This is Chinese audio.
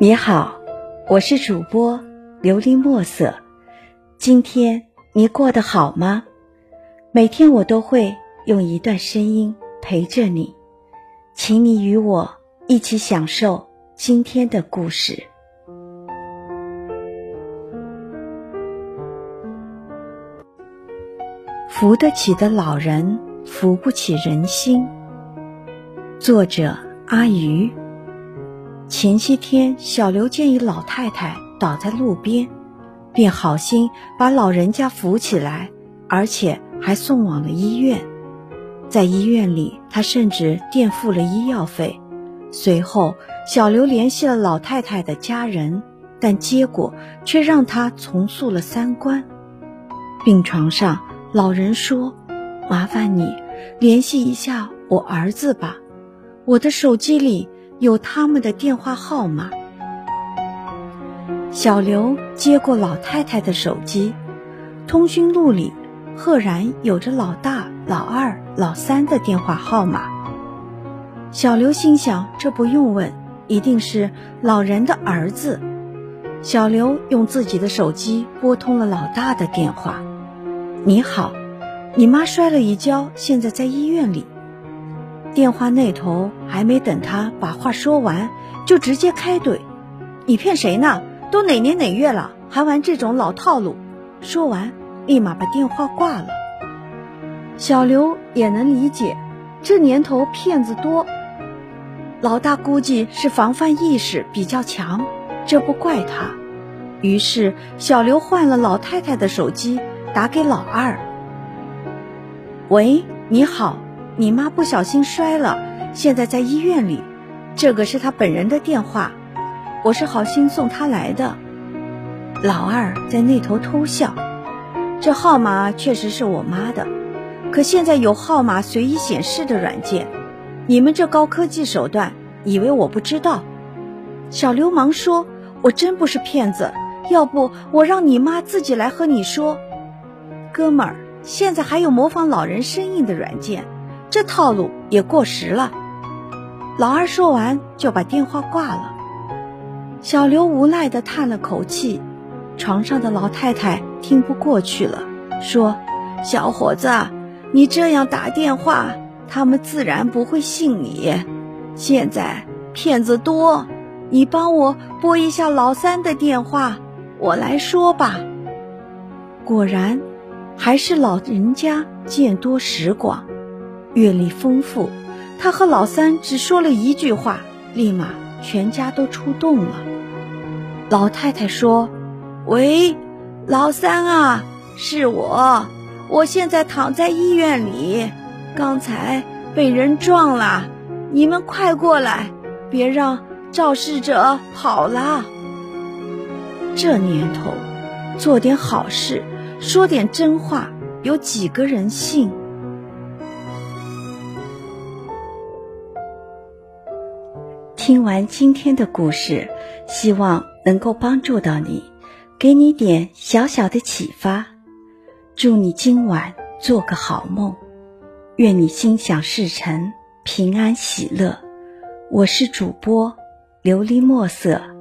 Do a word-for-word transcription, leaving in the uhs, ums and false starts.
你好，我是主播琉璃墨色。今天你过得好吗？每天我都会用一段声音陪着你，请你与我一起享受今天的故事。扶得起的老人，扶不起人心。作者阿鱼。前些天，小刘见一老太太倒在路边，便好心把老人家扶起来，而且还送往了医院。在医院里，他甚至垫付了医药费。随后，小刘联系了老太太的家人，但结果却让他重塑了三观。病床上，老人说：“麻烦你联系一下我儿子吧，我的手机里有他们的电话号码。”小刘接过老太太的手机，通讯录里赫然有着老大、老二、老三的电话号码。小刘心想，这不用问，一定是老人的儿子。小刘用自己的手机拨通了老大的电话。你好，你妈摔了一跤，现在在医院里。电话那头还没等他把话说完，就直接开怼：“你骗谁呢？都哪年哪月了，还玩这种老套路！”说完，立马把电话挂了。小刘也能理解，这年头骗子多，老大估计是防范意识比较强，这不怪他。于是小刘换了老太太的手机，打给老二：“喂，你好，你妈不小心摔了，现在在医院里，这个是她本人的电话，我是好心送她来的。”老二在那头偷笑：“这号码确实是我妈的，可现在有号码随意显示的软件，你们这高科技手段，以为我不知道？”小流氓说：“我真不是骗子，要不我让你妈自己来和你说。”哥们儿，现在还有模仿老人声音的软件，这套路也过时了。老二说完就把电话挂了。小刘无奈地叹了口气，床上的老太太听不过去了，说：“小伙子，你这样打电话，他们自然不会信你。现在骗子多，你帮我拨一下老三的电话，我来说吧。”果然，还是老人家见多识广，阅历丰富。他和老三只说了一句话，立马全家都出动了。老太太说：“喂，老三啊，是我，我现在躺在医院里，刚才被人撞了，你们快过来，别让肇事者跑了。”这年头，做点好事，说点真话，有几个人信？听完今天的故事，希望能够帮助到你，给你点小小的启发。祝你今晚做个好梦，愿你心想事成，平安喜乐。我是主播琉璃墨色。